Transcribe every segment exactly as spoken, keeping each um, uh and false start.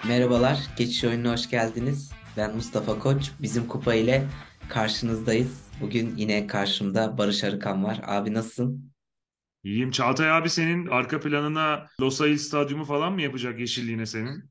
Merhabalar, geçiş oyununa hoş geldiniz. Ben Mustafa Koç. Bizim kupa ile karşınızdayız. Bugün yine karşımda Barış Arıkan var. Abi nasılsın? İyiyim. Çağatay abi senin arka planına Losail Stadyumu falan mı yapacak yeşilliğine senin?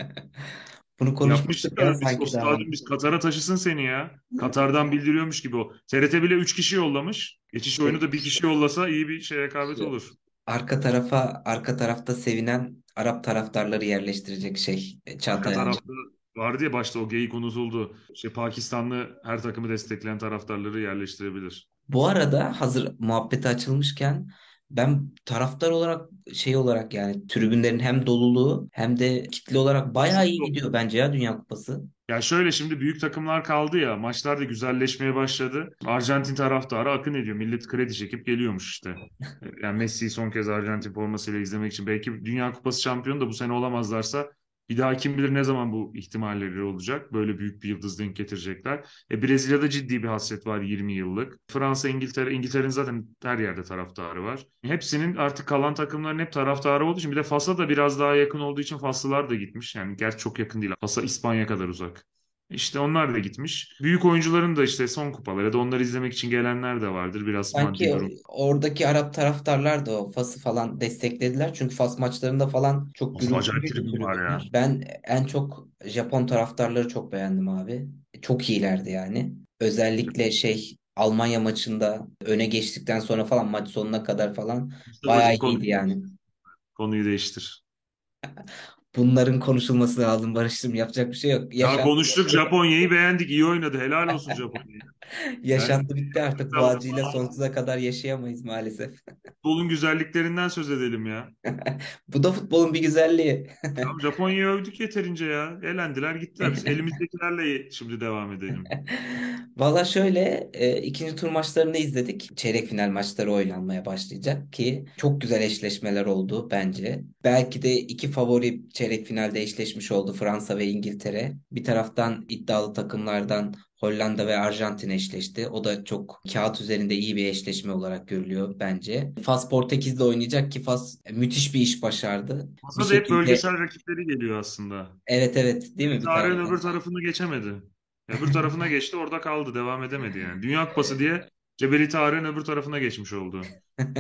Bunu konuşmuştuk Yapmıştık ya da biz o sanki daha stadyum önce. biz Katar'a taşısın seni ya. Katar'dan bildiriyormuş gibi o. T R T bile üç kişi yollamış. Geçiş oyunu Şey, da bir kişi yollasa iyi bir şey rekabet şu olur. arka tarafa, arka tarafta sevinen Arap taraftarları yerleştirecek şey e, Arka Çağatay amca. tarafta vardı ya başta o geyik unutuldu. Şey Pakistanlı her takımı destekleyen taraftarları yerleştirebilir. Bu arada hazır muhabbeti açılmışken ben taraftar olarak şey olarak yani tribünlerin hem doluluğu hem de kitle olarak bayağı Aşırı iyi dolu. gidiyor bence ya Dünya Kupası. Ya şöyle şimdi büyük takımlar kaldı ya maçlar da güzelleşmeye başladı. Arjantin taraftarı akın ediyor. Millet kredi çekip geliyormuş işte. Yani Messi'yi son kez Arjantin formasıyla izlemek için. Belki Dünya Kupası şampiyonu da bu sene olamazlarsa bir daha kim bilir ne zaman bu ihtimalleri olacak. Böyle büyük bir yıldız denk getirecekler. E, Brezilya'da ciddi bir hasret var yirmi yıllık. Fransa, İngiltere, İngiltere'nin zaten her yerde taraftarı var. Hepsinin artık kalan takımların hep taraftarı olduğu için bir de Fas'a da biraz daha yakın olduğu için Faslılar da gitmiş. Yani gerçi çok yakın değil. Fas'a İspanya kadar uzak. İşte onlar da gitmiş. Büyük oyuncuların da işte son kupaları ya da onları izlemek için gelenler de vardır. Biraz maddi Sanki durum. oradaki Arap taraftarlar da o Fas'ı falan desteklediler. Çünkü Fas maçlarında falan çok Of acayip gürültülüydü tribün var ya. tribünler. Ben en çok Japon taraftarları çok beğendim abi. Çok iyilerdi yani. Özellikle şey Almanya maçında öne geçtikten sonra falan maç sonuna kadar falan bayağı Mustafa'cığım iyiydi konuyu yani. değiştir. Konuyu değiştir. Bunların konuşulması lazım Barış'ım. Yapacak bir şey yok. Ya Yaşandı, konuştuk Japonya'yı beğendik. İyi oynadı. Helal olsun Japonya'ya. Yani yaşandı bitti artık. Bu acıyla sonsuza kadar yaşayamayız maalesef. futbolun güzelliklerinden söz edelim ya. Bu da futbolun bir güzelliği. Tamam Japonya'yı övdük yeterince ya. Elendiler gittiler. Biz elimizdekilerle şimdi devam edelim. Valla şöyle e, ikinci tur maçlarını izledik. Çeyrek final maçları oynanmaya başlayacak ki çok güzel eşleşmeler oldu bence. Belki de iki favori çeyrek finalde eşleşmiş oldu Fransa ve İngiltere. Bir taraftan iddialı takımlardan Hollanda ve Arjantin eşleşti. O da çok kağıt üzerinde iyi bir eşleşme olarak görülüyor bence. Fas Portekiz'le oynayacak ki Fas müthiş bir iş başardı. Bir Masa da hep şekilde bölgesel rakipleri geliyor aslında. evet evet değil mi bir Tarihin öbür taraftan? tarafını geçemedi. Öbür tarafına geçti orada kaldı. Devam edemedi yani. Dünya Kupası diye Cebeli Tarık'ın öbür tarafına geçmiş oldu.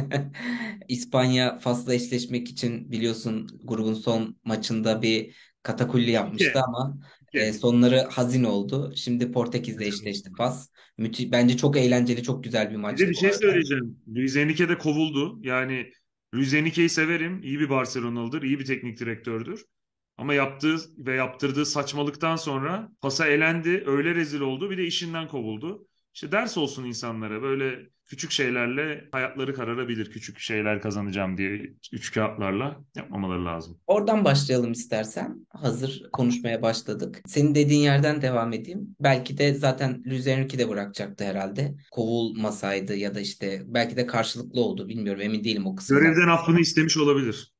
İspanya Fas'la eşleşmek için biliyorsun grubun son maçında bir katakulli yapmıştı İki. ama e, İki. sonları hazin oldu. Şimdi Portekiz'le eşleşti Fas. Müthiş, bence çok eğlenceli, çok güzel bir Bir de maçtı bir bu şey arada. söyleyeceğim. Luis Enrique de kovuldu. Yani Luis Enrique'yi severim. İyi bir Barcelonalıdır. İyi bir teknik direktördür. Ama yaptığı ve yaptırdığı saçmalıktan sonra pasa elendi. Öyle rezil oldu. Bir de işinden kovuldu. İşte ders olsun insanlara. Böyle küçük şeylerle hayatları kararabilir. Küçük şeyler kazanacağım diye üç kağıtlarla yapmamaları lazım. Oradan başlayalım istersen. Hazır konuşmaya başladık. Senin dediğin yerden devam edeyim. Belki de zaten Luis Enrique de bırakacaktı herhalde. Kovulmasaydı ya da işte belki de karşılıklı oldu. Bilmiyorum, emin değilim o kısımdan. Görevden affını istemiş olabilir.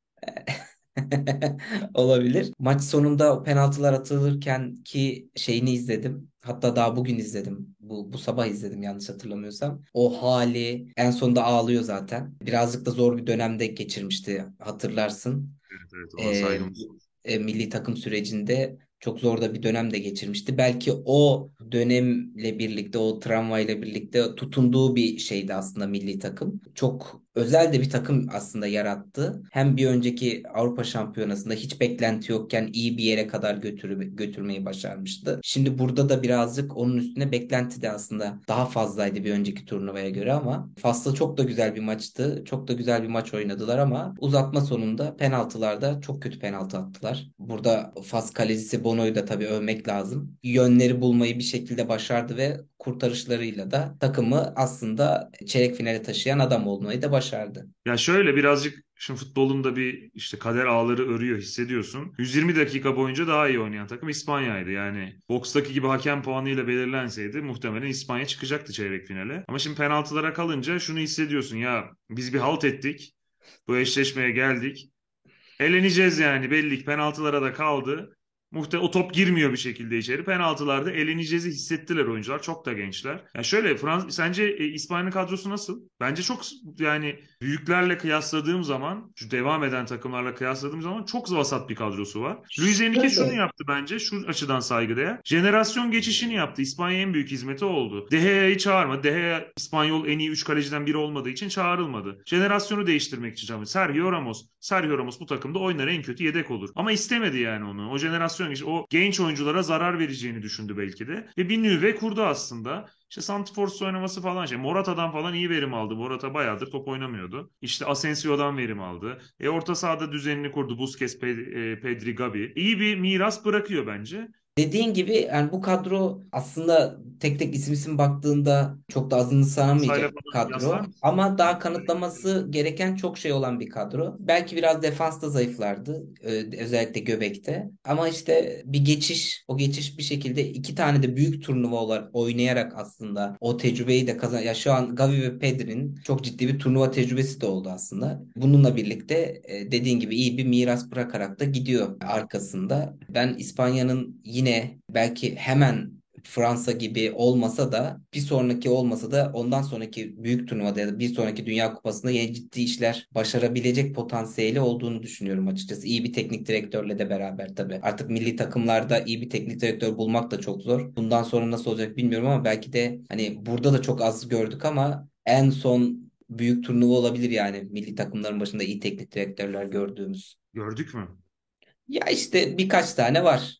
Olabilir. Maç sonunda penaltılar atılırken ki şeyini izledim. Hatta daha bugün izledim. Bu, bu sabah izledim yanlış hatırlamıyorsam. O hali en sonunda ağlıyor zaten. Birazcık da zor bir dönemde geçirmişti hatırlarsın. Evet, evet ona e, saygımız. e, milli takım sürecinde çok zor da bir dönem de geçirmişti. Belki o dönemle birlikte, o travmayla birlikte tutunduğu bir şeydi aslında milli takım. Çok özel de bir takım aslında yarattı. Hem bir önceki Avrupa Şampiyonası'nda hiç beklenti yokken iyi bir yere kadar götürü, götürmeyi başarmıştı. Şimdi burada da birazcık onun üstüne beklenti de aslında daha fazlaydı bir önceki turnuvaya göre ama Fas'ta çok da güzel bir maçtı. Çok da güzel bir maç oynadılar ama uzatma sonunda penaltılarda çok kötü penaltı attılar. Burada Fas kalecisi Bono'yu da tabii övmek lazım. Yönleri bulmayı bir şekilde başardı ve kurtarışlarıyla da takımı aslında çeyrek finale taşıyan adam olmayı da başardı. Ya şöyle birazcık şimdi futbolun da bir işte kader ağları örüyor hissediyorsun. yüz yirmi dakika boyunca daha iyi oynayan takım İspanya'ydı. Yani bokstaki gibi hakem puanıyla belirlenseydi muhtemelen İspanya çıkacaktı çeyrek finale. Ama şimdi penaltılara kalınca şunu hissediyorsun ya biz bir halt ettik. Bu eşleşmeye geldik. Eleneceğiz yani belli ki penaltılara da kaldı. Muhte o top girmiyor bir şekilde içeri. Penaltılarda eleneceğizi hissettiler oyuncular. Çok da gençler. Ya şöyle Frans sence e, İspanya'nın kadrosu nasıl? Bence çok yani büyüklerle kıyasladığım zaman, şu devam eden takımlarla kıyasladığım zaman çok vasat bir kadrosu var. Luis Enrique şunu Şöyle yaptı bence şu açıdan saygıdeğer. Jenerasyon geçişini yaptı. İspanya'ya en büyük hizmeti o oldu. De Gea'yı çağırma. De Gea İspanyol en iyi üç kaleciden biri olmadığı için çağrılmadı. Jenerasyonu değiştirmek için çağırdı. Sergio Ramos. Sergio Ramos bu takımda oynar, en kötü yedek olur. Ama istemedi yani onu. O jenerasyon, o genç oyunculara zarar vereceğini düşündü belki de. Ve bir nüve kurdu aslında. İşte Santifor's oynaması falan şey. Morata'dan falan iyi verim aldı. Morata bayağıdır top oynamıyordu. İşte Asensio'dan verim aldı. E orta sahada düzenini kurdu. Busquets, Pe- e, Pedri, Gavi. İyi bir miras bırakıyor bence. dediğin gibi yani bu kadro aslında tek tek isim isim baktığında çok da Sayla azımsanamayacak bir falan kadro. yaslar mısın? Ama daha kanıtlaması gereken çok şey olan bir kadro. Belki biraz defansta zayıflardı. ö- Özellikle göbekte. Ama işte bir geçiş, o geçiş bir şekilde iki tane de büyük turnuva olarak oynayarak aslında o tecrübeyi de kazan. Ya şu an Gavi ve Pedri'nin çok ciddi bir turnuva tecrübesi de oldu aslında. Bununla birlikte e, dediğin gibi iyi bir miras bırakarak da gidiyor arkasında. Ben İspanya'nın yine belki hemen Fransa gibi olmasa da bir sonraki olmasa da ondan sonraki büyük turnuvada ya da bir sonraki Dünya Kupası'nda yine ciddi işler başarabilecek potansiyeli olduğunu düşünüyorum açıkçası. İyi bir teknik direktörle de beraber tabii. Artık milli takımlarda iyi bir teknik direktör bulmak da çok zor. Bundan sonra nasıl olacak bilmiyorum ama belki de hani burada da çok az gördük ama en son büyük turnuva olabilir yani milli takımların başında iyi teknik direktörler gördüğümüz. Gördük mü? Ya işte birkaç tane var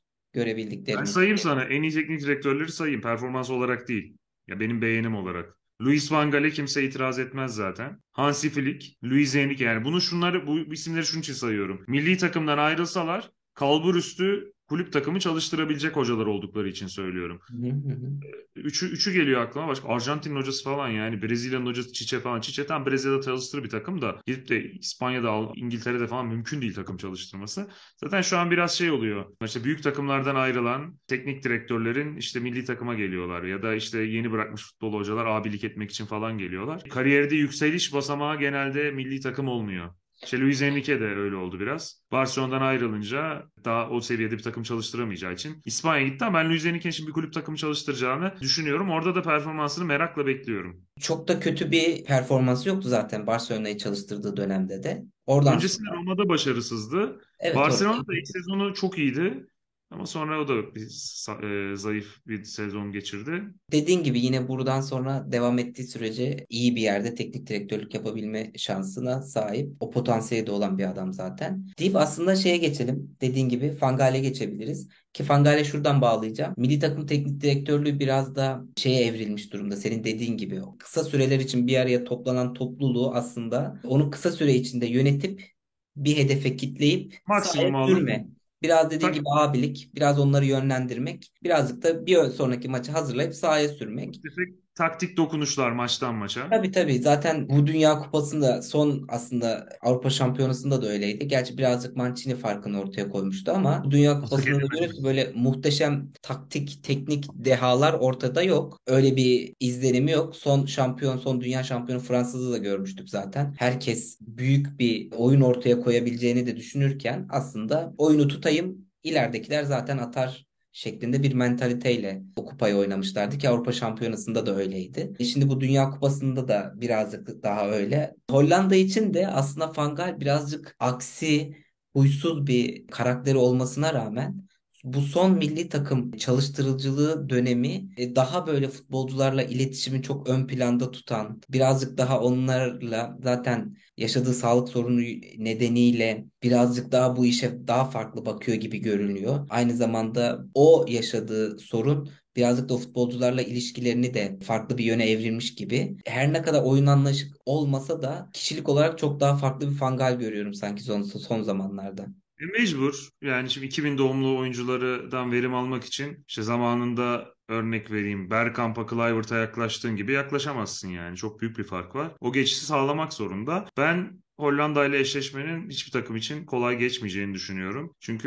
Ben görebildiklerimiz. sayayım sana. En iyi teknik direktörleri sayayım. Performans olarak değil. Ya benim beğenim olarak. Luis Van Gaal'e kimse itiraz etmez zaten. Hansi Flick, Luis Enrique, yani bunu şunları bu isimleri şunun için sayıyorum. Milli takımdan ayrılsalar kalbur üstü kulüp takımı çalıştırabilecek hocalar oldukları için söylüyorum. Hı hı hı. Üçü, üçü geliyor aklıma. Başka Arjantin hocası falan, yani Brezilya'nın hocası Çiçe falan. Çiçe tam Brezilya'da çalıştırır bir takım da gidip de İspanya'da, Al- İngiltere'de falan mümkün değil takım çalıştırması. Zaten şu an biraz şey oluyor. İşte büyük takımlardan ayrılan teknik direktörlerin işte milli takıma geliyorlar ya da işte yeni bırakmış futbol hocalar abilik etmek için falan geliyorlar. Kariyerde yükseliş basamağı genelde milli takım olmuyor. İşte Luis Enrique de öyle oldu biraz. Barcelona'dan ayrılınca daha o seviyede bir takım çalıştıramayacağı için İspanya'ya gitti ama ben Luis Enrique'nin şimdi bir kulüp takımı çalıştıracağını düşünüyorum. Orada da performansını merakla bekliyorum. Çok da kötü bir performansı yoktu zaten Barcelona'yı çalıştırdığı dönemde de. Oradan Öncesinde sonra Roma'da başarısızdı. evet orada. Barcelona'da ilk sezonu çok iyiydi. Ama sonra o da bir sa- e, zayıf bir sezon geçirdi. Dediğin gibi yine buradan sonra devam ettiği sürece iyi bir yerde teknik direktörlük yapabilme şansına sahip. O potansiyeli de olan bir adam zaten. Deyip aslında şeye geçelim. Dediğin gibi Fanghal'e geçebiliriz. Ki Fanghal'e şuradan bağlayacağım. Milli takım teknik direktörlüğü biraz da şeye evrilmiş durumda. Senin dediğin gibi. O kısa süreler için bir araya toplanan topluluğu aslında onu kısa süre içinde yönetip bir hedefe kitleyip sahaya Maksimum alıp sürme. Biraz dediğin tak, gibi abilik, biraz onları yönlendirmek, birazcık da bir sonraki maçı hazırlayıp sahaya sürmek. tefek taktik dokunuşlar maçtan maça. Tabii tabii zaten bu Dünya Kupası'nda son aslında Avrupa Şampiyonası'nda da öyleydi. Gerçi birazcık Mancini farkını ortaya koymuştu ama bu Dünya O da Kupası'nda da gelemedi. görüyoruz ki böyle muhteşem taktik, teknik dehalar ortada yok. Öyle bir izlenimi yok. Son şampiyon, son dünya şampiyonu Fransa'da da görmüştük zaten. Herkes büyük bir oyun ortaya koyabileceğini de düşünürken aslında oyunu tutayım, ileridekiler zaten atar şeklinde bir mentaliteyle o kupayı oynamışlardı ki Avrupa Şampiyonası'nda da öyleydi. E Şimdi bu Dünya Kupası'nda da birazcık daha öyle. Hollanda için de aslında Van Gaal birazcık aksi, huysuz bir karakteri olmasına rağmen bu son milli takım çalıştırıcılığı dönemi e, daha böyle futbolcularla iletişimi çok ön planda tutan, birazcık daha onlarla zaten yaşadığı sağlık sorunu nedeniyle birazcık daha bu işe daha farklı bakıyor gibi görünüyor. Aynı zamanda o yaşadığı sorun birazcık da o futbolcularla ilişkilerini de farklı bir yöne evrilmiş gibi. Her ne kadar oyun anlayışı olmasa da kişilik olarak çok daha farklı bir Fangal görüyorum sanki son, son zamanlarda. E, mecbur. Yani şimdi iki bin doğumlu oyunculardan verim almak için işte zamanında örnek vereyim. Bergkamp'a, Kluivert'a yaklaştığın gibi yaklaşamazsın yani. Çok büyük bir fark var. O geçişi sağlamak zorunda. Ben Hollanda ile eşleşmenin hiçbir takım için kolay geçmeyeceğini düşünüyorum. Çünkü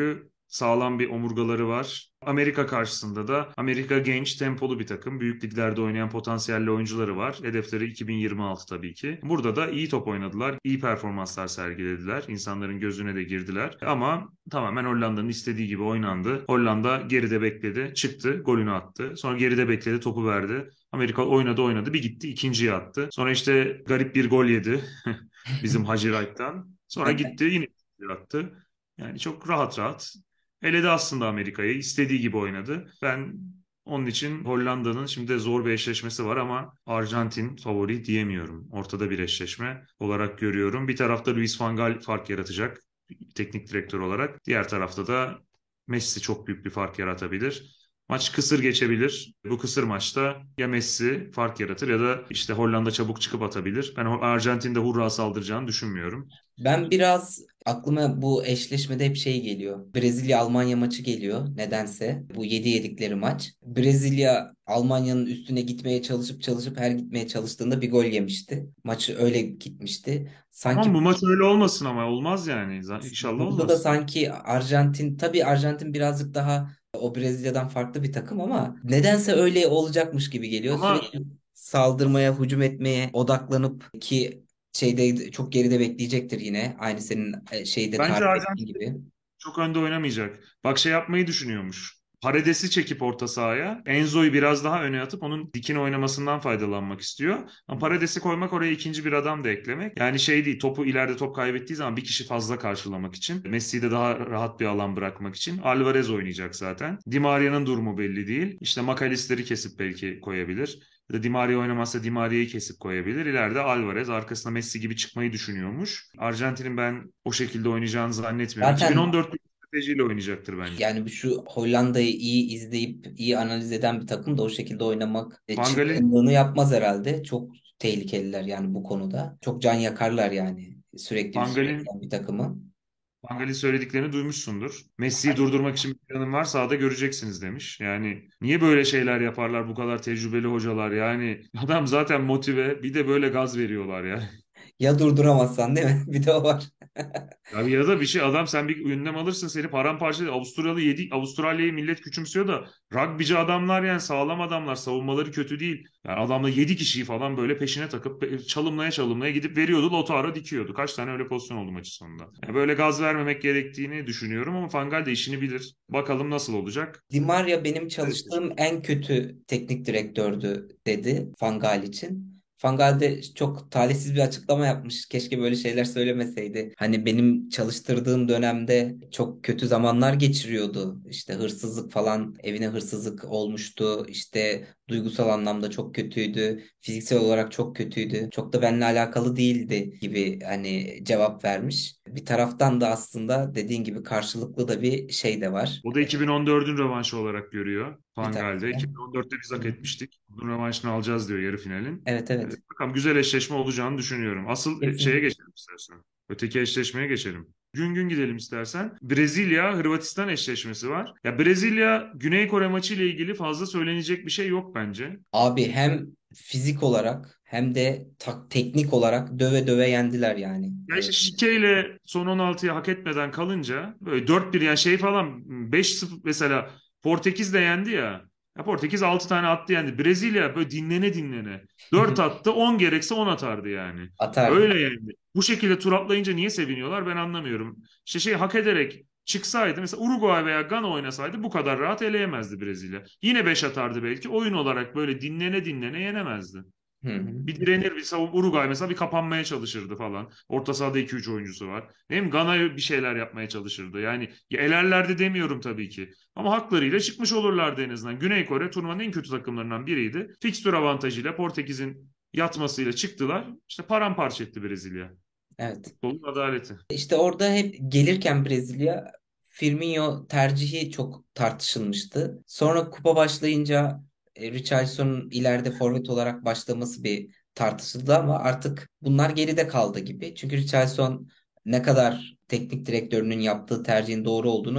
Sağlam bir omurgaları var. Amerika karşısında da Amerika genç, tempolu bir takım. Büyük liglerde oynayan potansiyelli oyuncuları var. Hedefleri iki bin yirmi altı tabii ki. Burada da iyi top oynadılar. İyi performanslar sergilediler. İnsanların gözüne de girdiler. Ama tamamen Hollanda'nın istediği gibi oynandı. Hollanda geride bekledi. Çıktı. Golünü attı. Sonra geride bekledi. Topu verdi. Amerika oynadı oynadı. Bir gitti. İkinciyi attı. Sonra işte garip bir gol yedi. Bizim Hacı Wright'tan. Sonra gitti. Yine attı. Yani çok rahat rahat eledi aslında Amerika'yı. İstediği gibi oynadı. Ben onun için Hollanda'nın şimdi de zor bir eşleşmesi var ama Arjantin favori diyemiyorum. Ortada bir eşleşme olarak görüyorum. Bir tarafta Luis van Gaal fark yaratacak teknik direktör olarak. Diğer tarafta da Messi çok büyük bir fark yaratabilir. Maç kısır geçebilir. Bu kısır maçta ya Messi fark yaratır ya da işte Hollanda çabuk çıkıp atabilir. Ben Arjantin'de hurra saldıracağını düşünmüyorum. Ben biraz aklıma bu eşleşmede hep şey geliyor. Brezilya-Almanya maçı geliyor nedense. Bu yedi yedikleri maç. Brezilya Almanya'nın üstüne gitmeye çalışıp çalışıp her gitmeye çalıştığında bir gol yemişti. Maçı öyle gitmişti. Tamam Sanki bu maç öyle olmasın ama olmaz yani. İnşallah burada da olmaz. sanki Arjantin, tabii Arjantin birazcık daha o Brezilya'dan farklı bir takım ama nedense öyle olacakmış gibi geliyor. Ama Sürekli saldırmaya, hücum etmeye odaklanıp ki şeyde çok geride bekleyecektir yine. Aynı senin e, şeyde bence tarif ettiğin Arjantin gibi. çok önde oynamayacak. Bak şey yapmayı düşünüyormuş. Paredes'i çekip orta sahaya, Enzo'yu biraz daha öne atıp onun dikine oynamasından faydalanmak istiyor. Ama Paredes'i koymak, oraya ikinci bir adam da eklemek. Yani şey değil, topu ileride top kaybettiği zaman bir kişi fazla karşılamak için. Messi'yi de daha rahat bir alan bırakmak için. Alvarez oynayacak zaten. Di Maria'nın durumu belli değil. İşte McAllister'i kesip belki koyabilir. Ya da Di Maria oynamazsa Di Maria'yı kesip koyabilir. İleride Alvarez arkasına Messi gibi çıkmayı düşünüyormuş. Arjantin'in ben o şekilde oynayacağını zannetmiyorum. Zaten iki bin on dört stratejiyle oynayacaktır bence. yani şu Hollanda'yı iyi izleyip iyi analiz eden bir takım da o şekilde oynamak e, Van Gaal'in çılgınlığını yapmaz herhalde. Çok tehlikeliler yani bu konuda. Çok can yakarlar yani sürekli Van üstüne Gaal'in giden bir takımı. Van Gaal'in söylediklerini duymuşsundur. Messi'yi durdurmak için bir planım var, sahada göreceksiniz demiş. Yani niye böyle şeyler yaparlar bu kadar tecrübeli hocalar? Yani adam zaten motive, bir de böyle gaz veriyorlar ya. Ya durduramazsan değil mi? Bir de o var. Ya ya da bir şey, adam sen bir önlem alırsın seni paramparça eder. Avustralya yedik. Avustralya'yı millet küçümsüyor da rugbyci adamlar, yani sağlam adamlar, savunmaları kötü değil. Yani adamla yedi kişiyi falan böyle peşine takıp çalımlaya çalımlaya gidip veriyordu. Lautaro dikiyordu. Kaç tane öyle pozisyon oldu maçı sonunda. Yani böyle gaz vermemek gerektiğini düşünüyorum ama Van Gaal de işini bilir. Bakalım nasıl olacak. Di Maria benim çalıştığım en kötü teknik direktördü dedi Van Gaal için. Van Gaal de çok talihsiz bir açıklama yapmış. Keşke böyle şeyler söylemeseydi. Hani benim çalıştırdığım dönemde çok kötü zamanlar geçiriyordu. İşte hırsızlık falan, evine hırsızlık olmuştu. İşte duygusal anlamda çok kötüydü. Fiziksel olarak çok kötüydü. Çok da benimle alakalı değildi gibi hani cevap vermiş. Bir taraftan da aslında dediğin gibi karşılıklı da bir şey de var. O da iki bin on dördün rövanşı olarak görüyor. Bir Van Gaal'de. taraftan. iki bin on dörtte biz Hı hak hı. etmiştik. Bunun rövanşını alacağız diyor yarı finalin. Evet, Ee, evet. bakalım, güzel eşleşme olacağını düşünüyorum. Asıl e, şeye Kesin. geçelim istersen. Öteki eşleşmeye geçelim. Gün gün gidelim istersen. Brezilya Hırvatistan eşleşmesi var. Ya Brezilya Güney Kore maçı ile ilgili fazla söylenecek bir şey yok bence. Abi hem fizik olarak hem de tak, teknik olarak döve döve yendiler yani. Ya Ee, işte şikeyle son on altıya hak etmeden kalınca böyle dört bir, yani şey falan, beş sıfır mesela Portekiz de yendi ya. Ya Portekiz altı tane attı yendi. Brezilya böyle dinlene dinlene dört attı, on gerekse on atardı yani. atardı. Öyle yendi. Bu şekilde tur atlayınca niye seviniyorlar ben anlamıyorum. İşte şey, hak ederek çıksaydı mesela, Uruguay veya Gana oynasaydı bu kadar rahat eleyemezdi Brezilya. Yine beş atardı belki. Oyun olarak böyle dinlene dinlene yenemezdi. Hı hı. Bir direnir, bir savun, Uruguay mesela bir kapanmaya çalışırdı falan. Orta sahada iki üç oyuncusu var. Hem Gana bir şeyler yapmaya çalışırdı. Yani ya elerlerdi demiyorum tabii ki. Ama haklarıyla çıkmış olurlardı en azından. Güney Kore turnuvanın en kötü takımlarından biriydi. Fikstür avantajıyla Portekiz'in yatmasıyla çıktılar. İşte paramparça etti Brezilya. Evet. Futbolun adaleti. İşte orada hep gelirken Brezilya Firmino tercihi çok tartışılmıştı. Sonra kupa başlayınca e, Richarlison'un ileride forvet olarak başlaması bir tartışıldı ama artık bunlar geride kaldı gibi. Çünkü Richarlison ne kadar teknik direktörünün yaptığı tercihin doğru olduğunu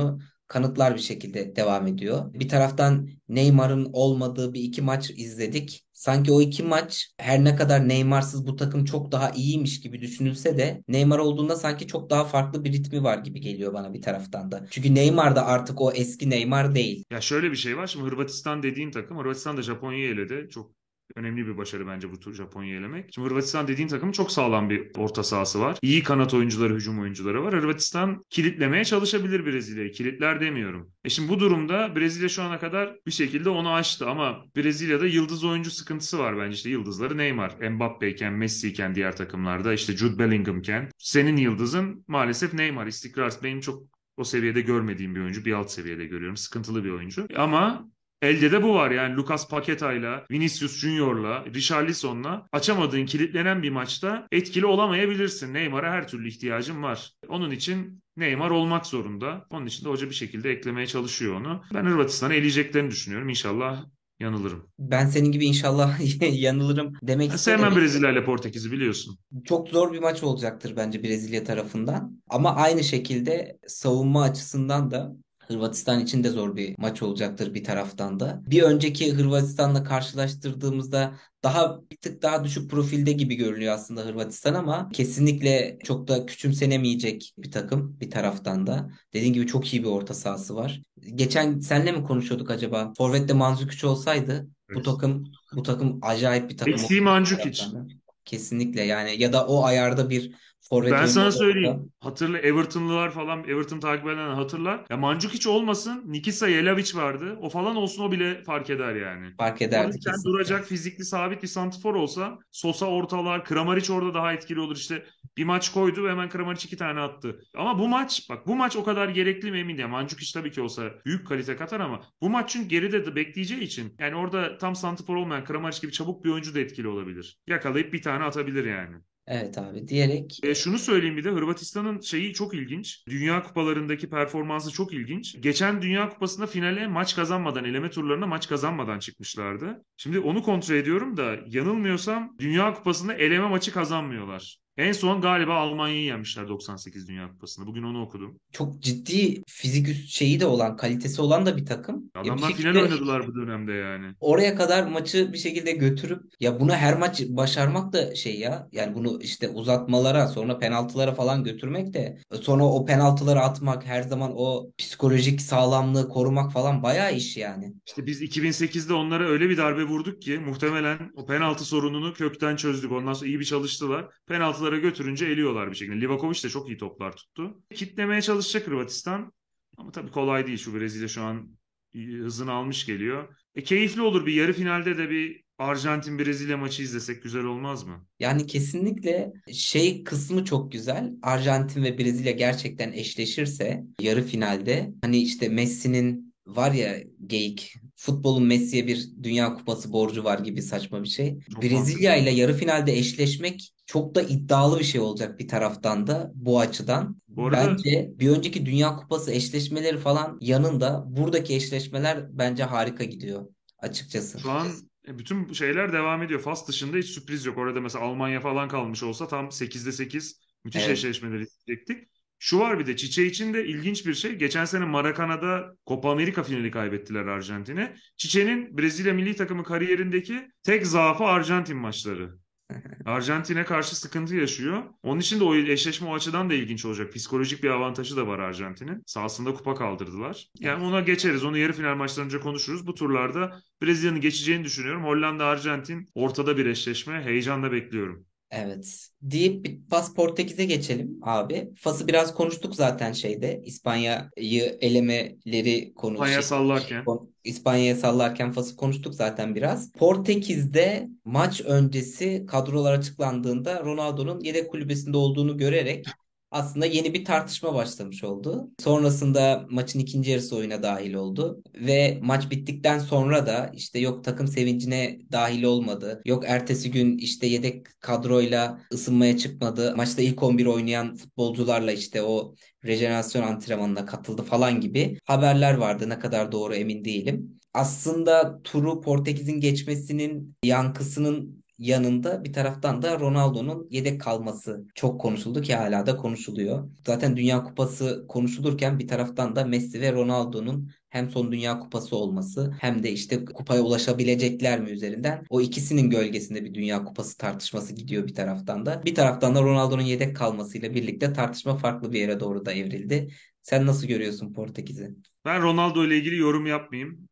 kanıtlar bir şekilde devam ediyor. Bir taraftan Neymar'ın olmadığı bir iki maç izledik. Sanki o iki maç her ne kadar Neymar'sız bu takım çok daha iyiymiş gibi düşünülse de Neymar olduğunda sanki çok daha farklı bir ritmi var gibi geliyor bana bir taraftan da. Çünkü Neymar da artık o eski Neymar değil. Ya şöyle bir şey var. Şimdi Hırvatistan dediğin takım, Hırvatistan da Japonya'yı eledi. Çok önemli bir başarı bence bu tur Japonya'yı elemek. Şimdi Hırvatistan dediğin takımın çok sağlam bir orta sahası var. İyi kanat oyuncuları, hücum oyuncuları var. Hırvatistan kilitlemeye çalışabilir Brezilya'yı. Kilitler demiyorum. E şimdi bu durumda Brezilya şu ana kadar bir şekilde onu aştı ama Brezilya'da yıldız oyuncu sıkıntısı var bence. İşte yıldızları Neymar, Mbappe'yken, Messi'yken diğer takımlarda işte Jude Bellingham'ken. Senin yıldızın maalesef Neymar. İstikrarsız. Benim çok o seviyede görmediğim bir oyuncu. Bir alt seviyede görüyorum. Sıkıntılı bir oyuncu. Ama elde de bu var yani Lucas Paqueta'yla, Vinicius Junior'la, Richarlison'la açamadığın kilitlenen bir maçta etkili olamayabilirsin. Neymar'a her türlü ihtiyacın var. Onun için Neymar olmak zorunda. Onun için de hoca bir şekilde eklemeye çalışıyor onu. Ben Hırvatistan'ı eleyeceklerini düşünüyorum. İnşallah yanılırım. Ben senin gibi inşallah yanılırım demek Ben sevmem istemedim. Brezilya ile Portekiz'i biliyorsun. Çok zor bir maç olacaktır bence Brezilya tarafından. Ama aynı şekilde savunma açısından da Hırvatistan için de zor bir maç olacaktır bir taraftan da. Bir önceki Hırvatistan'la karşılaştırdığımızda daha bir tık daha düşük profilde gibi görünüyor aslında Hırvatistan ama kesinlikle çok da küçümsenemeyecek bir takım bir taraftan da. Dediğim gibi çok iyi bir orta sahası var. Geçen senle mi konuşuyorduk acaba? Forvet'te Mandzukic olsaydı bu Evet. takım bu takım acayip bir takım Eksiği olurdu bir Mandzukic. taraftan da. Kesinlikle yani ya da o ayarda bir forvet Ben sana oynuyor olsa söyleyeyim. Hatırla Everton'lılar falan Everton takip edenler hatırlar. Ya Mancuk hiç olmasın. Nikisa Jelavic vardı. O falan olsun o bile fark eder yani. fark Orada ederdi bir tane kesinlikle. duracak fizikli sabit bir santrfor olsa Sosa ortalar, Kramaric orada daha etkili olur. İşte bir maç koydu ve hemen Kramaric iki tane attı. Ama bu maç bak bu maç o kadar gerekli mi emin değilim. Mancuk hiç tabii ki olsa büyük kalite katar ama bu maç çünkü geride de bekleyeceği için yani orada tam santrfor olmayan Kramaric gibi çabuk bir oyuncu da etkili olabilir. Yakalayıp bir tane atabilir yani. Evet abi diyerek E, şunu söyleyeyim bir de Hırvatistan'ın şeyi çok ilginç. Dünya kupalarındaki performansı çok ilginç. Geçen Dünya Kupası'nda finale maç kazanmadan, eleme turlarına maç kazanmadan çıkmışlardı. Şimdi onu kontrol ediyorum da yanılmıyorsam Dünya Kupası'nda eleme maçı kazanmıyorlar. En son galiba Almanya'yı yenmişler doksan sekiz Dünya Kupası'nda. Bugün onu okudum. çok ciddi fizik üst şeyi de olan, kalitesi olan da bir takım. Ya bir Adamlar final şekilde oynadılar bu dönemde yani. oraya kadar maçı bir şekilde götürüp ya bunu her maç başarmak da şey ya yani bunu işte uzatmalara sonra penaltılara falan götürmek de sonra o penaltıları atmak her zaman o psikolojik sağlamlığı korumak falan bayağı iş yani. İşte biz iki bin sekizde onlara öyle bir darbe vurduk ki muhtemelen o penaltı sorununu kökten çözdük. Ondan sonra iyi bir çalıştılar. Penaltılara götürünce eliyorlar bir şekilde. Livakovic de çok iyi toplar tuttu. Kitlemeye çalışacak Hırvatistan. Ama tabii kolay değil. Şu Brezilya şu an hızını almış geliyor. E, keyifli olur bir yarı finalde de bir Arjantin-Brezilya maçı izlesek güzel olmaz mı? Yani kesinlikle şey kısmı çok güzel. Arjantin ve Brezilya gerçekten eşleşirse yarı finalde hani işte Messi'nin var ya geyik futbolun Messi'ye bir Dünya Kupası borcu var gibi saçma bir şey. Çok Brezilya mantıklı. ile yarı finalde eşleşmek çok da iddialı bir şey olacak bir taraftan da bu açıdan. Bu arada Bence bir önceki Dünya Kupası eşleşmeleri falan yanında buradaki eşleşmeler bence harika gidiyor açıkçası. şu an e, bütün bu şeyler devam ediyor. Fas dışında hiç sürpriz yok. Orada mesela Almanya falan kalmış olsa tam sekizde sekiz müthiş Evet. eşleşmeleri izleyecektik. Şu var bir de Çiçe için de ilginç bir şey. Geçen sene Maracana'da Copa America finali kaybettiler Arjantin'e. Çiçe'nin Brezilya milli takımı kariyerindeki tek zaafı Arjantin maçları. Arjantin'e karşı sıkıntı yaşıyor. Onun için de o eşleşme o açıdan da ilginç olacak. Psikolojik bir avantajı da var Arjantin'in. Sahasında kupa kaldırdılar. Yani ona geçeriz. Onu yarı final maçlarınca konuşuruz. Bu turlarda Brezilya'nın geçeceğini düşünüyorum. Hollanda-Arjantin ortada bir eşleşme. Heyecanla bekliyorum. Evet. Deyip bir Fas Portekiz'e geçelim abi. Fas'ı biraz konuştuk zaten şeyde. İspanya'yı elemeleri konu Panya şey. sallarken. kon- İspanya'ya sallarken Fas'ı konuştuk zaten biraz. Portekiz'de maç öncesi kadrolar açıklandığında Ronaldo'nun yedek kulübesinde olduğunu görerek aslında yeni bir tartışma başlamış oldu. Sonrasında maçın ikinci yarısı oyuna dahil oldu ve maç bittikten sonra da işte yok takım sevincine dahil olmadı. Yok ertesi gün işte yedek kadroyla ısınmaya çıkmadı. Maçta ilk on bir oynayan futbolcularla işte o rejenerasyon antrenmanına katıldı falan gibi haberler vardı. Ne kadar doğru emin değilim. Aslında turu Portekiz'in geçmesinin yankısının yanında bir taraftan da Ronaldo'nun yedek kalması çok konuşuldu ki hala da konuşuluyor. Zaten Dünya Kupası konuşulurken bir taraftan da Messi ve Ronaldo'nun hem son Dünya Kupası olması hem de işte kupaya ulaşabilecekler mi üzerinden o ikisinin gölgesinde bir Dünya Kupası tartışması gidiyor bir taraftan da. Bir taraftan da Ronaldo'nun yedek kalmasıyla birlikte tartışma farklı bir yere doğru da evrildi. Sen nasıl görüyorsun Portekiz'i? Ben Ronaldo ile ilgili yorum yapmayayım.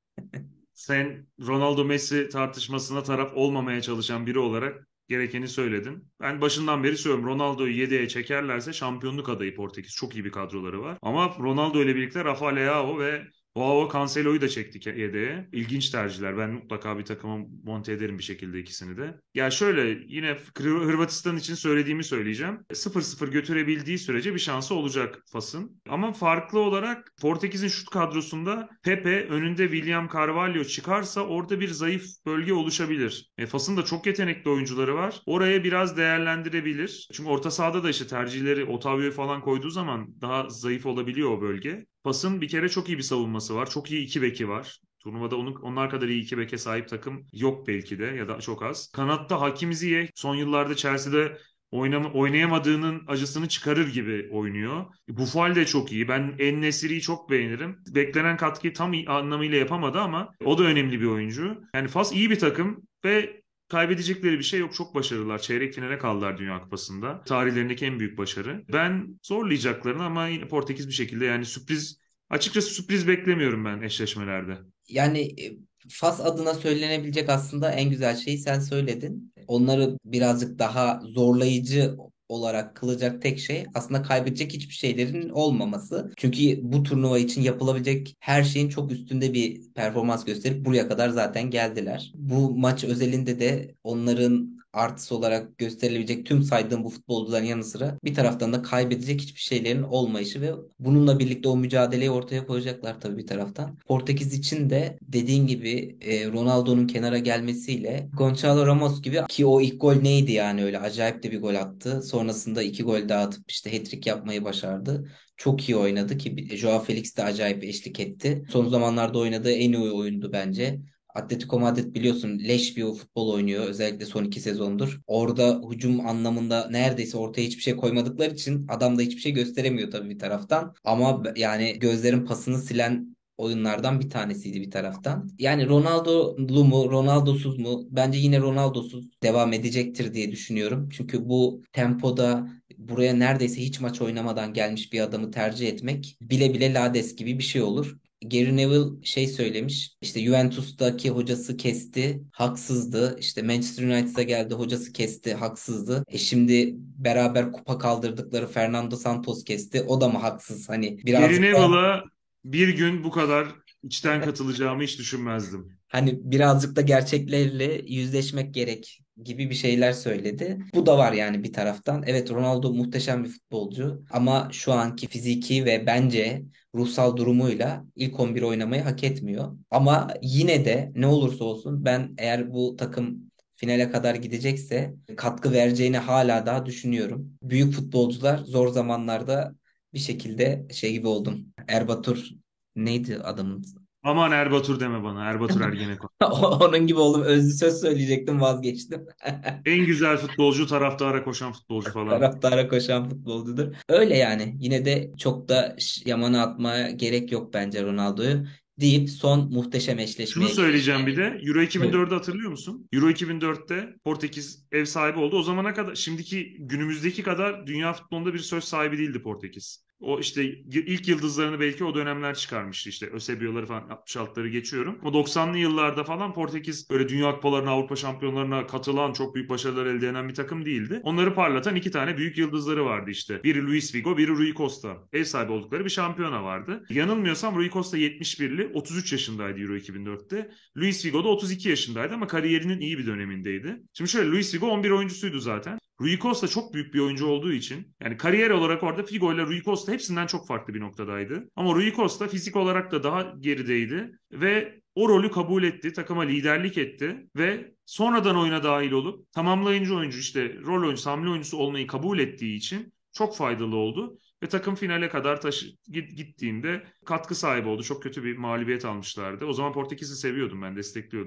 Sen Ronaldo Messi tartışmasına taraf olmamaya çalışan biri olarak gerekeni söyledin. Ben başından beri söylüyorum, Ronaldo'yu yedeğe çekerlerse şampiyonluk adayı Portekiz. Çok iyi bir kadroları var. Ama Ronaldo ile birlikte Rafa Leao ve Joao Cancelo'yu da çektik yedeğe. İlginç tercihler. Ben mutlaka bir takıma monte ederim bir şekilde ikisini de. Ya şöyle, yine Hır- Hırvatistan için söylediğimi söyleyeceğim. sıfır sıfır götürebildiği sürece bir şansı olacak Fas'ın. Ama farklı olarak Portekiz'in şut kadrosunda Pepe önünde William Carvalho çıkarsa orada bir zayıf bölge oluşabilir. E, Fas'ın da çok yetenekli oyuncuları var. Oraya biraz değerlendirebilir. Çünkü orta sahada da işte tercihleri Otavio'yu falan koyduğu zaman daha zayıf olabiliyor o bölge. Fas'ın bir kere çok iyi bir savunması var. Çok iyi iki beki var. Turnuvada onun, onlar kadar iyi iki beke sahip takım yok belki de, ya da çok az. Kanatta Hakim Ziyech son yıllarda Chelsea'de oynama, oynayamadığının acısını çıkarır gibi oynuyor. Buffal de çok iyi. Ben En-Nesyri'yi çok beğenirim. Beklenen katkıyı tam iyi anlamıyla yapamadı ama o da önemli bir oyuncu. Yani Fas iyi bir takım ve kaybedecekleri bir şey yok. Çok başarılılar. Çeyrek finale kaldılar Dünya Kupası'nda. Tarihlerindeki en büyük başarı. Ben zorlayacaklarını ama yine Portekiz bir şekilde, yani sürpriz, açıkçası sürpriz beklemiyorum ben eşleşmelerde. Yani e, Fas adına söylenebilecek aslında en güzel şeyi sen söyledin. Onları birazcık daha zorlayıcı olarak kılacak tek şey aslında kaybedecek hiçbir şeylerin olmaması. Çünkü bu turnuva için yapılabilecek her şeyin çok üstünde bir performans gösterip buraya kadar zaten geldiler. Bu maç özelinde de onların artısı olarak gösterilebilecek tüm saydığım bu futbolcuların yanı sıra bir taraftan da kaybedecek hiçbir şeylerin olmayışı ve bununla birlikte o mücadeleyi ortaya koyacaklar tabii bir taraftan. Portekiz için de dediğin gibi e, Ronaldo'nun kenara gelmesiyle Gonçalo Ramos gibi ki o ilk gol neydi yani öyle acayip de bir gol attı. Sonrasında iki gol daha atıp işte hat-trick yapmayı başardı. Çok iyi oynadı ki Joao Felix de acayip eşlik etti. Son zamanlarda oynadığı en iyi oyundu bence. Atletico Madrid biliyorsun leş bir futbol oynuyor. Özellikle son iki sezondur. Orada hücum anlamında neredeyse ortaya hiçbir şey koymadıkları için adam da hiçbir şey gösteremiyor tabii bir taraftan. Ama yani gözlerin pasını silen oyunlardan bir tanesiydi bir taraftan. Yani Ronaldo'lu mu, Ronaldo'suz mu? Bence yine Ronaldo'suz devam edecektir diye düşünüyorum. Çünkü bu tempoda buraya neredeyse hiç maç oynamadan gelmiş bir adamı tercih etmek bile bile lades gibi bir şey olur. Gary Neville şey söylemiş. İşte Juventus'taki hocası kesti, haksızdı. İşte Manchester United'a geldi, hocası kesti, haksızdı. E şimdi beraber kupa kaldırdıkları Fernando Santos kesti. O da mı haksız? Hani Gary birazcık da Neville'a bir gün bu kadar içten katılacağımı hiç düşünmezdim. hani birazcık da gerçeklerle yüzleşmek gerek gibi bir şeyler söyledi. Bu da var yani bir taraftan. Evet Ronaldo muhteşem bir futbolcu ama şu anki fiziki ve bence ruhsal durumuyla ilk on bir oynamayı hak etmiyor. Ama yine de ne olursa olsun ben eğer bu takım finale kadar gidecekse katkı vereceğini hala daha düşünüyorum. Büyük futbolcular zor zamanlarda bir şekilde şey gibi oldum. Erbatur neydi adamın? Aman Erbatur deme bana. Erbatur Ergenekon. Onun gibi oğlum özlü söz söyleyecektim vazgeçtim. En güzel futbolcu, taraftara koşan futbolcu falan. Taraftara koşan futbolcudur. Öyle yani. Yine de çok da ş- yamana atmaya gerek yok bence Ronaldo'yu deyip son muhteşem Şunu eşleşmeye geçelim. söyleyeceğim bir de. Euro Buyurun. iki bin dördü hatırlıyor musun? Euro iki bin dörtte Portekiz ev sahibi oldu. O zamana kadar, şimdiki günümüzdeki kadar dünya futbolunda bir söz sahibi değildi Portekiz. O işte ilk yıldızlarını belki o dönemler çıkarmıştı, işte Eusebio'ları falan, altmış altıları geçiyorum. Ama doksanlı yıllarda falan Portekiz böyle Dünya Kupalarına, Avrupa Şampiyonlarına katılan, çok büyük başarılar elde eden bir takım değildi. Onları parlatan iki tane büyük yıldızları vardı işte. Biri Luis Figo, biri Rui Costa. Ev sahibi oldukları bir şampiyona vardı. Yanılmıyorsam Rui Costa yetmiş birli, otuz üç yaşındaydı Euro iki bin dörtte. Luis Figo da otuz iki yaşındaydı ama kariyerinin iyi bir dönemindeydi. Şimdi şöyle, Luis Figo on bir oyuncusuydu zaten. Rui Costa çok büyük bir oyuncu olduğu için, yani kariyer olarak orada Figo ile Rui Costa hepsinden çok farklı bir noktadaydı. Ama Rui Costa fizik olarak da daha gerideydi ve o rolü kabul etti, takıma liderlik etti ve sonradan oyuna dahil olup tamamlayıcı oyuncu, işte rol oyuncusu, hamle oyuncusu olmayı kabul ettiği için çok faydalı oldu. Ve takım finale kadar taşı, gittiğinde katkı sahibi oldu. Çok kötü bir mağlubiyet almışlardı. O zaman Portekiz'i seviyordum, ben destekliyordum.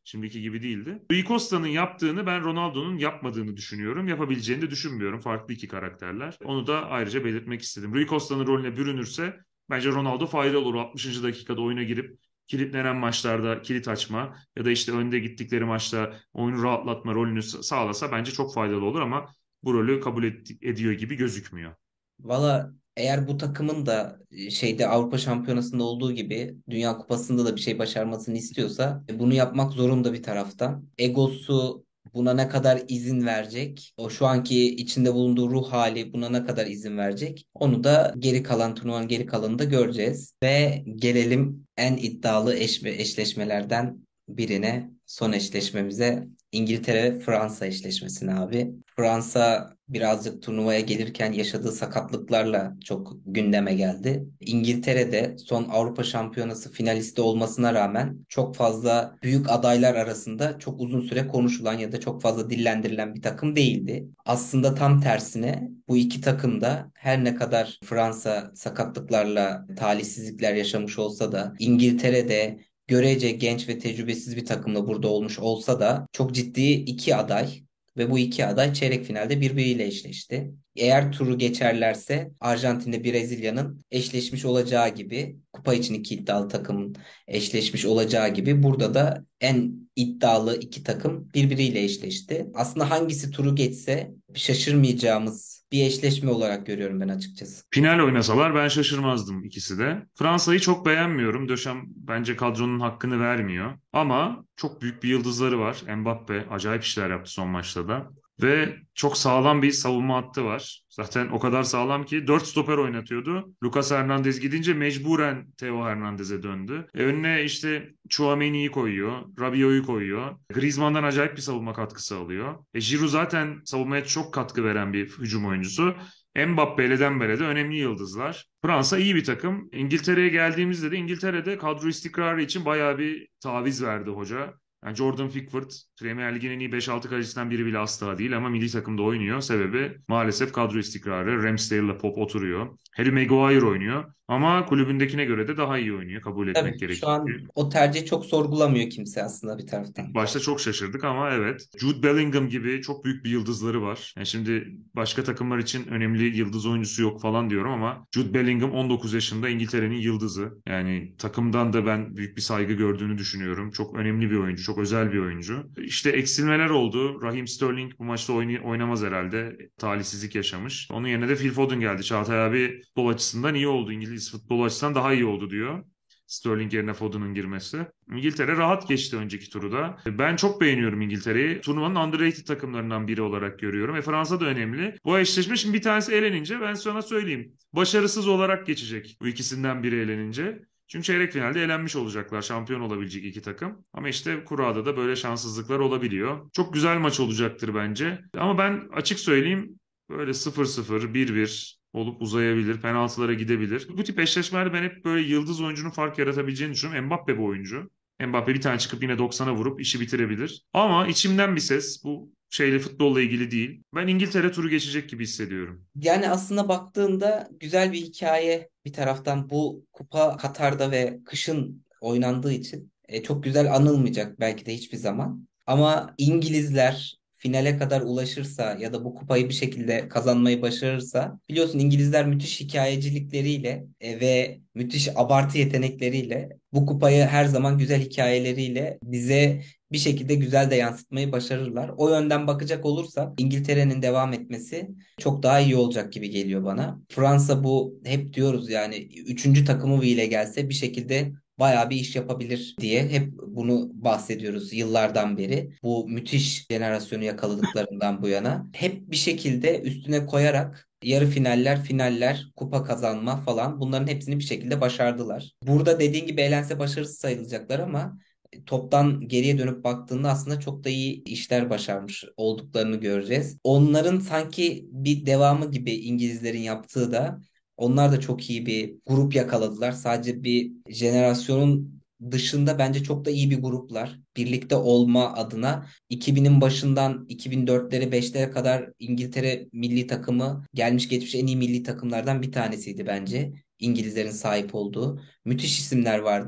Şimdiki gibi değildi. Rui Costa'nın yaptığını ben Ronaldo'nun yapmadığını düşünüyorum. Yapabileceğini de düşünmüyorum. Farklı iki karakterler. Onu da ayrıca belirtmek istedim. Rui Costa'nın rolüne bürünürse bence Ronaldo faydalı olur. altmışıncı dakikada oyuna girip kilitlenen maçlarda kilit açma ya da işte önde gittikleri maçta oyunu rahatlatma rolünü sağlasa bence çok faydalı olur ama bu rolü kabul et- ediyor gibi gözükmüyor. Valla eğer bu takımın da e, şeyde Avrupa Şampiyonası'nda olduğu gibi Dünya Kupası'nda da bir şey başarmasını istiyorsa e, bunu yapmak zorunda bir taraftan. Egosu buna ne kadar izin verecek? O şu anki içinde bulunduğu ruh hali buna ne kadar izin verecek? Onu da geri kalan turnuvanın geri kalanında göreceğiz. Ve gelelim en iddialı eş eşleşmelerden birine, son eşleşmemize. İngiltere-Fransa eşleşmesine abi. Fransa birazcık turnuvaya gelirken yaşadığı sakatlıklarla çok gündeme geldi. İngiltere'de son Avrupa Şampiyonası finalisti olmasına rağmen çok fazla büyük adaylar arasında çok uzun süre konuşulan ya da çok fazla dillendirilen bir takım değildi. Aslında tam tersine bu iki takım da her ne kadar Fransa sakatlıklarla talihsizlikler yaşamış olsa da İngiltere'de görece genç ve tecrübesiz bir takımla burada olmuş olsa da çok ciddi iki aday ve bu iki aday çeyrek finalde birbiriyle eşleşti. Eğer turu geçerlerse Arjantin'le Brezilya'nın eşleşmiş olacağı gibi kupa için iki iddialı takımın eşleşmiş olacağı gibi burada da en iddialı iki takım birbiriyle eşleşti. Aslında hangisi turu geçse şaşırmayacağımız bir eşleşme olarak görüyorum ben açıkçası. Final oynasalar ben şaşırmazdım ikisi de. Fransa'yı çok beğenmiyorum. Döşem bence kadronun hakkını vermiyor. Ama çok büyük bir yıldızları var. Mbappe acayip işler yaptı son maçta da. Ve çok sağlam bir savunma hattı var. Zaten o kadar sağlam ki dört stoper oynatıyordu. Lucas Hernandez gidince mecburen Theo Hernandez'e döndü. E önüne işte Tchouaméni'yi koyuyor. Rabiot'u koyuyor. Griezmann'dan acayip bir savunma katkısı alıyor. E Giroud zaten savunmaya çok katkı veren bir hücum oyuncusu. Mbappe ile Dembele de önemli yıldızlar. Fransa iyi bir takım. İngiltere'ye geldiğimizde de İngiltere'de kadro istikrarı için bayağı bir taviz verdi hoca. Yani Jordan Pickford Premier Lig'in en iyi beş altı kalecisinden biri bile asla değil ama milli takımda oynuyor. Sebebi maalesef kadro istikrarı. Ramsdale'la Pop oturuyor. Harry Maguire oynuyor ama kulübündekine göre de daha iyi oynuyor, kabul etmek Tabii şu gerekir an ki. o tercihi çok sorgulamıyor kimse aslında bir İlk taraftan. başta çok şaşırdık ama evet. Jude Bellingham gibi çok büyük bir yıldızları var. Yani şimdi başka takımlar için önemli yıldız oyuncusu yok falan diyorum ama Jude Bellingham on dokuz yaşında İngiltere'nin yıldızı. Yani takımdan da ben büyük bir saygı gördüğünü düşünüyorum. Çok önemli bir oyuncu, çok özel bir oyuncu. İşte eksilmeler oldu. Raheem Sterling bu maçta oynay- oynamaz herhalde. Talihsizlik yaşamış. Onun yerine de Phil Foden geldi. Çağatay abi futbol açısından iyi oldu. İngiliz futbol açısından daha iyi oldu diyor. Sterling yerine Foden'ın girmesi. İngiltere rahat geçti önceki turu da. Ben çok beğeniyorum İngiltere'yi. Turnuvanın underrated takımlarından biri olarak görüyorum. Ve Fransa da önemli. Bu eşleşme şimdi bir tanesi elenince ben sana söyleyeyim. Başarısız olarak geçecek bu ikisinden biri elenince. Çünkü çeyrek finalde elenmiş olacaklar. Şampiyon olabilecek iki takım. Ama işte kurada da böyle şanssızlıklar olabiliyor. Çok güzel maç olacaktır bence. Ama ben açık söyleyeyim böyle sıfır sıfır, bir bir olup uzayabilir, penaltılara gidebilir. Bu tip eşleşmelerde ben hep böyle yıldız oyuncunun fark yaratabileceğini düşünüyorum. Mbappe bu oyuncu. Mbappe bir tane çıkıp yine doksana vurup işi bitirebilir. Ama içimden bir ses, bu şeyle futbolla ilgili değil. Ben İngiltere turu geçecek gibi hissediyorum. Yani aslında baktığında güzel bir hikaye bir taraftan bu kupa Katar'da ve kışın oynandığı için e, çok güzel anılmayacak belki de hiçbir zaman. Ama İngilizler finale kadar ulaşırsa ya da bu kupayı bir şekilde kazanmayı başarırsa biliyorsun İngilizler müthiş hikayecilikleriyle e, ve müthiş abartı yetenekleriyle bu kupayı her zaman güzel hikayeleriyle bize bir şekilde güzel de yansıtmayı başarırlar. O yönden bakacak olursak İngiltere'nin devam etmesi çok daha iyi olacak gibi geliyor bana. Fransa bu hep diyoruz yani üçüncü takımı bile gelse bir şekilde bayağı bir iş yapabilir diye hep bunu bahsediyoruz yıllardan beri. Bu müthiş jenerasyonu yakaladıklarından bu yana hep bir şekilde üstüne koyarak yarı finaller, finaller, kupa kazanma falan bunların hepsini bir şekilde başardılar. Burada dediğin gibi elense başarısız sayılacaklar ama toptan geriye dönüp baktığında aslında çok da iyi işler başarmış olduklarını göreceğiz. Onların sanki bir devamı gibi İngilizlerin yaptığı da onlar da çok iyi bir grup yakaladılar. Sadece bir jenerasyonun dışında bence çok da iyi bir gruplar. Birlikte olma adına iki binin başından iki bin dörtlere beşlere kadar İngiltere milli takımı gelmiş geçmiş en iyi milli takımlardan bir tanesiydi bence. İngilizlerin sahip olduğu. Müthiş isimler vardı.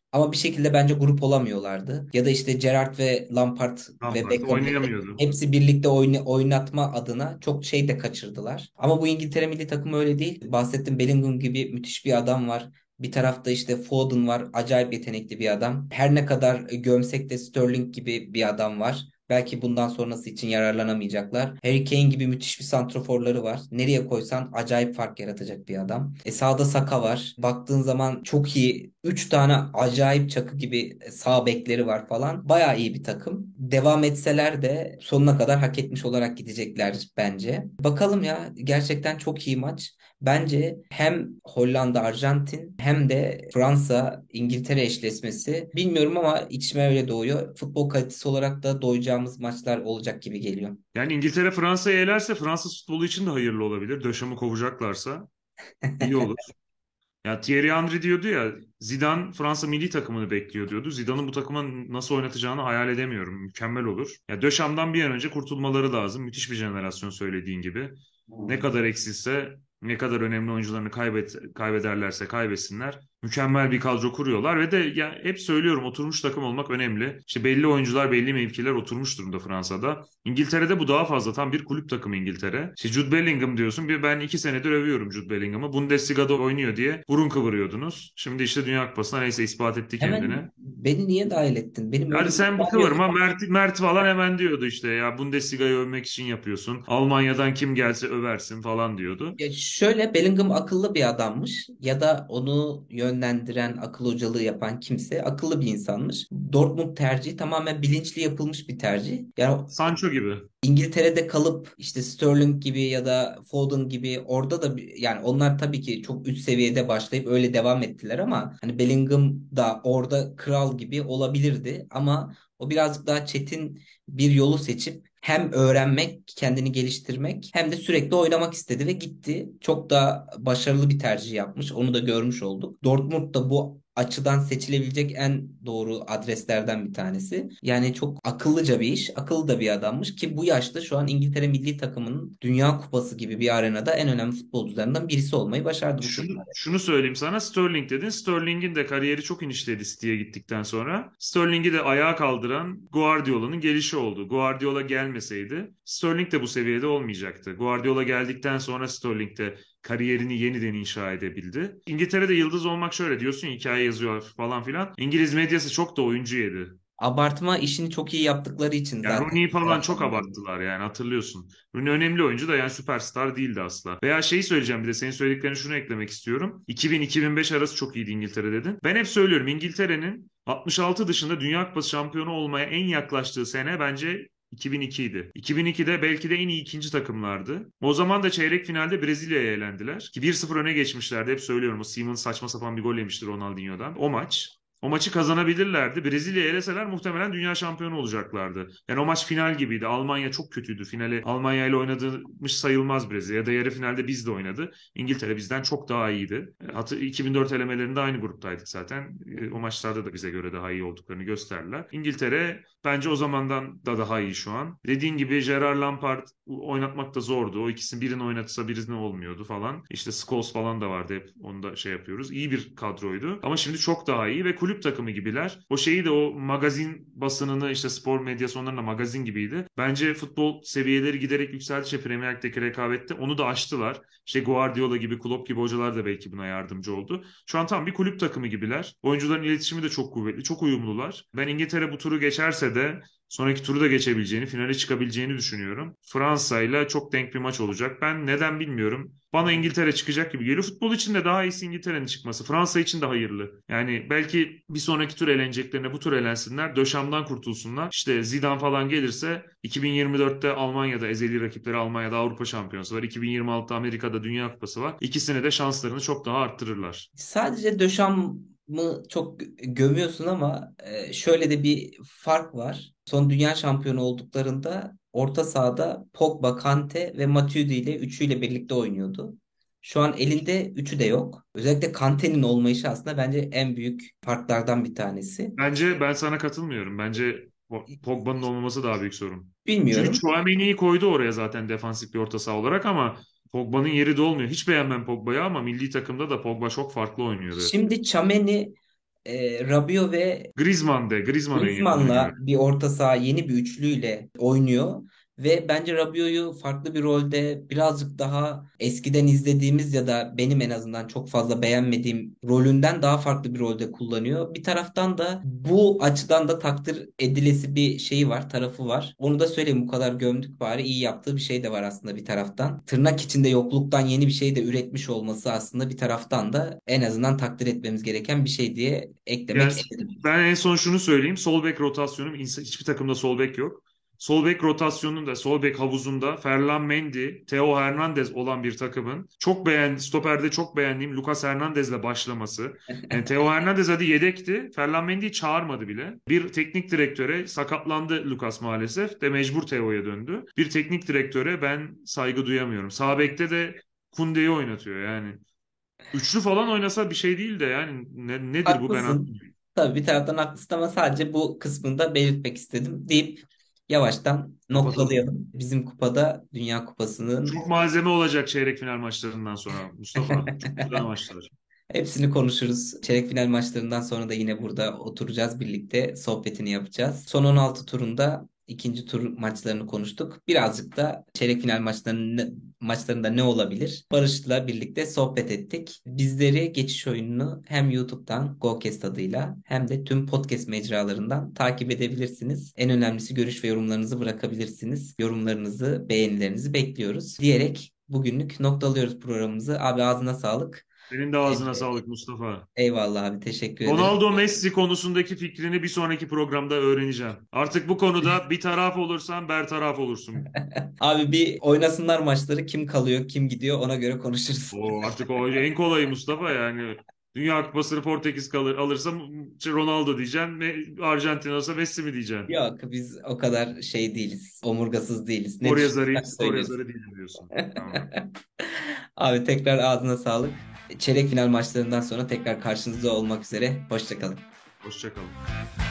Ama bir şekilde bence grup olamıyorlardı. Ya da işte Gerrard ve Lampard ve Lampard Beckham'ı oynayamıyordu. hepsi birlikte oyna- oynatma adına çok şey de kaçırdılar. Ama bu İngiltere milli takımı öyle değil. Bahsettiğim Bellingham gibi müthiş bir adam var. Bir tarafta işte Foden var. Acayip yetenekli bir adam. Her ne kadar gömsek de Sterling gibi bir adam var. Belki bundan sonrası için yararlanamayacaklar. Harry Kane gibi müthiş bir santroforları var. Nereye koysan acayip fark yaratacak bir adam. E sağda Saka var. Baktığın zaman çok iyi. Üç tane acayip çakı gibi sağ bekleri var falan. Bayağı iyi bir takım. Devam etseler de sonuna kadar hak etmiş olarak gidecekler bence. Bakalım ya, gerçekten çok iyi maç. Bence hem Hollanda, Arjantin hem de Fransa, İngiltere eşleşmesi. Bilmiyorum ama içime öyle doğuyor. Futbol kalitesi olarak da doyacağımız maçlar olacak gibi geliyor. Yani İngiltere Fransa'yı elerse Fransız futbolu için de hayırlı olabilir. Döşem'i kovacaklarsa iyi olur. Ya Thierry Henry diyordu ya, Zidane Fransa milli takımını bekliyor diyordu. Zidane'ın bu takıma nasıl oynatacağını hayal edemiyorum. Mükemmel olur. Ya Döşam'dan bir an önce kurtulmaları lazım. Müthiş bir jenerasyon söylediğin gibi. Ne kadar eksilse, ne kadar önemli oyuncularını kaybet, kaybederlerse kaybetsinler. Mükemmel bir kadro kuruyorlar ve de ya hep söylüyorum, oturmuş takım olmak önemli. İşte belli oyuncular, belli mevkiler oturmuş durumda Fransa'da. İngiltere'de bu daha fazla. Tam bir kulüp takımı İngiltere. İşte Jude Bellingham diyorsun. Bir ben iki senedir övüyorum Jude Bellingham'ı. Bundesliga'da oynuyor diye burun kıvırıyordunuz. Şimdi işte Dünya Kupası'nda neyse ispat etti Hemen kendini. beni niye dahil ettin? Benim öyle Hadi bir sen bu iddiam yok. kıvırma. Mert, Mert falan hemen diyordu işte ya Bundesliga'yı övmek için yapıyorsun. Almanya'dan kim gelse översin falan diyordu. Ya şöyle, Bellingham akıllı bir adammış ya da onu yönlendiren, akıl hocalığı yapan kimse akıllı bir insanmış. Dortmund tercihi tamamen bilinçli yapılmış bir tercih. Yani Sancho gibi. İngiltere'de kalıp işte Sterling gibi ya da Foden gibi orada da bir- yani onlar tabii ki çok üst seviyede başlayıp öyle devam ettiler ama hani Bellingham da orada kral gibi olabilirdi ama o birazcık daha çetin bir yolu seçip hem öğrenmek, kendini geliştirmek hem de sürekli oynamak istedi ve gitti. Çok da başarılı bir tercih yapmış. Onu da görmüş olduk. Dortmund da bu açıdan seçilebilecek en doğru adreslerden bir tanesi. Yani çok akıllıca bir iş, akıllı da bir adammış ki bu yaşta şu an İngiltere milli takımının Dünya Kupası gibi bir arenada en önemli futbolcularından birisi olmayı başardı bu Şunu, sezon. şunu söyleyeyim sana, Sterling dedin. Sterling'in de kariyeri çok inişledi City'ye gittikten sonra. Sterling'i de ayağa kaldıran Guardiola'nın gelişi oldu. Guardiola gelmeseydi Sterling de bu seviyede olmayacaktı. Guardiola geldikten sonra Sterling de kariyerini yeniden inşa edebildi. İngiltere'de yıldız olmak şöyle diyorsun, hikaye yazıyor falan filan. İngiliz medyası çok da oyuncu yedi. Abartma işini çok iyi yaptıkları için Yani zaten Rooney'i bu falan çok taraftan geliyor. abarttılar yani, hatırlıyorsun. Rooney önemli oyuncu da yani süperstar değildi asla. Veya şeyi söyleyeceğim, bir de senin söylediklerine şunu eklemek istiyorum. iki bin-iki bin beş arası çok iyiydi İngiltere dedin. Ben hep söylüyorum, İngiltere'nin altmış altı dışında Dünya Kupası şampiyonu olmaya en yaklaştığı sene bence iki bin iki idi. iki bin ikide belki de en iyi ikinci takımlardı. O zaman da çeyrek finalde Brezilya'ya elendiler. Ki bir sıfır öne geçmişlerdi. Hep söylüyorum, o Seaman saçma sapan bir gol yemişti Ronaldinho'dan. O maç. O maçı kazanabilirlerdi. Brezilya'ya eleseler muhtemelen dünya şampiyonu olacaklardı. Yani o maç final gibiydi. Almanya çok kötüydü. Finali Almanya ile oynadığımız sayılmaz Brezilya. Ya da yarı finalde biz de oynadı. İngiltere bizden çok daha iyiydi. Hatı iki bin dört elemelerinde aynı gruptaydık zaten. E, O maçlarda da bize göre daha iyi olduklarını gösterdiler. İngiltere bence o zamandan da daha iyi şu an. Dediğin gibi Gerrard Lampard oynatmak da zordu. O ikisini birini oynatsa birini olmuyordu falan. İşte Scholes falan da vardı, hep onu da şey yapıyoruz. İyi bir kadroydu. Ama şimdi çok daha iyi ve kulüp takımı gibiler. O şeyi de, o magazin basınını, işte spor medyası onların da magazin gibiydi. Bence futbol seviyeleri giderek yükseldi. İşte Premier Lig'deki rekabette onu da aştılar. İşte Guardiola gibi, Klopp gibi hocalar da belki buna yardımcı oldu. Şu an tam bir kulüp takımı gibiler. Oyuncuların iletişimi de çok kuvvetli, çok uyumlular. Ben İngiltere bu turu geçerse de sonraki turu da geçebileceğini, finale çıkabileceğini düşünüyorum. Fransa ile çok denk bir maç olacak. Ben neden bilmiyorum. Bana İngiltere çıkacak gibi geliyor. Futbol için de daha iyisi İngiltere'nin çıkması. Fransa için de hayırlı. Yani belki bir sonraki tur eleneceklerine bu tur elensinler. Döşam'dan kurtulsunlar. İşte Zidane falan gelirse iki bin yirmi dörtte Almanya'da ezeli rakipleri, Almanya'da Avrupa Şampiyonası var. iki bin yirmi altıda Amerika'da Dünya Kupası var. İkisine de şanslarını çok daha arttırırlar. Sadece Döşam'ı çok gö- gömüyorsun ama e, şöyle de bir fark var. Son dünya şampiyonu olduklarında orta sahada Pogba, Kante ve Matuidi ile üçüyle birlikte oynuyordu. Şu an elinde üçü de yok. Özellikle Kante'nin olmayışı aslında bence en büyük farklardan bir tanesi. Bence ben sana katılmıyorum. Bence Pogba'nın olmaması daha büyük sorun. Çünkü Bilmiyorum. Chouameni'yi koydu oraya zaten defansif bir orta saha olarak ama Pogba'nın yeri de olmuyor. Hiç beğenmem Pogba'yı ama milli takımda da Pogba çok farklı oynuyordu. Şimdi Tchouaméni E, Rabiot ve Griezmann de. Griezmann en yakın Griezmann'la oynuyor. bir orta saha, yeni bir üçlüyle oynuyor. Ve bence Rabiot'u farklı bir rolde, birazcık daha eskiden izlediğimiz ya da benim en azından çok fazla beğenmediğim rolünden daha farklı bir rolde kullanıyor. Bir taraftan da bu açıdan da takdir edilesi bir şeyi var, tarafı var. Onu da söyleyeyim, bu kadar gömdük bari, iyi yaptığı bir şey de var aslında bir taraftan. Tırnak içinde yokluktan yeni bir şey de üretmiş olması aslında bir taraftan da en azından takdir etmemiz gereken bir şey diye eklemek Yani istedim. ben en son şunu söyleyeyim. Sol bek rotasyonum insa- hiçbir takımda sol bek yok. Sol bek rotasyonunda, sol bek havuzunda Ferland Mendy, Theo Hernandez olan bir takımın çok beğen stoperde çok beğendiğim Lucas Hernandez'le başlaması. Yani Theo Hernandez hadi yedekti. Ferland Mendy'yi çağırmadı bile. Bir teknik direktöre sakatlandı Lucas maalesef de mecbur Theo'ya döndü. Bir teknik direktöre ben saygı duyamıyorum. Sağ bekte de Koundé'yi oynatıyor yani. Üçlü falan oynasa bir şey değil de yani ne- nedir bu ben Haklısın. anlamadım. Tabii bir taraftan haklısın ama sadece bu kısmını da belirtmek istedim deyip yavaştan Kapatalım. noktalayalım. Bizim kupada, Dünya Çok Kupası'nın malzeme olacak çeyrek final maçlarından sonra Mustafa. Çok güzel maçlar. hepsini konuşuruz. Çeyrek final maçlarından sonra da yine burada oturacağız, birlikte sohbetini yapacağız. Son on altı turunda ikinci tur maçlarını konuştuk. Birazcık da çeyrek final maçlarının maçlarında ne olabilir? Barış'la birlikte sohbet ettik. Bizleri geçiş oyununu hem YouTube'dan Gocast adıyla hem de tüm podcast mecralarından takip edebilirsiniz. En önemlisi, görüş ve yorumlarınızı bırakabilirsiniz. Yorumlarınızı, beğenilerinizi bekliyoruz diyerek bugünlük noktalıyoruz programımızı. Abi ağzına sağlık. Senin de ağzına sağlık Mustafa. Eyvallah abi, teşekkür ederim. Ronaldo Messi konusundaki fikrini bir sonraki programda öğreneceğim. Artık bu konuda bir taraf olursan bertaraf olursun. Abi bir oynasınlar maçları, kim kalıyor kim gidiyor, ona göre konuşuruz. O artık o en kolayı Mustafa yani. Dünya Kupası'nı Portekiz kalır, alırsa Ronaldo diyeceksin. Me- Arjantin olsa Messi mi diyeceksin? Yok, biz o kadar şey değiliz. Omurgasız değiliz. Ne Skor yazarı, düşünürsen skor söyleriz. yazarı değilim diyorsun. Tamam. Abi tekrar ağzına sağlık. Çeyrek final maçlarından sonra tekrar karşınızda olmak üzere. Hoşça kalın. Hoşça kalın.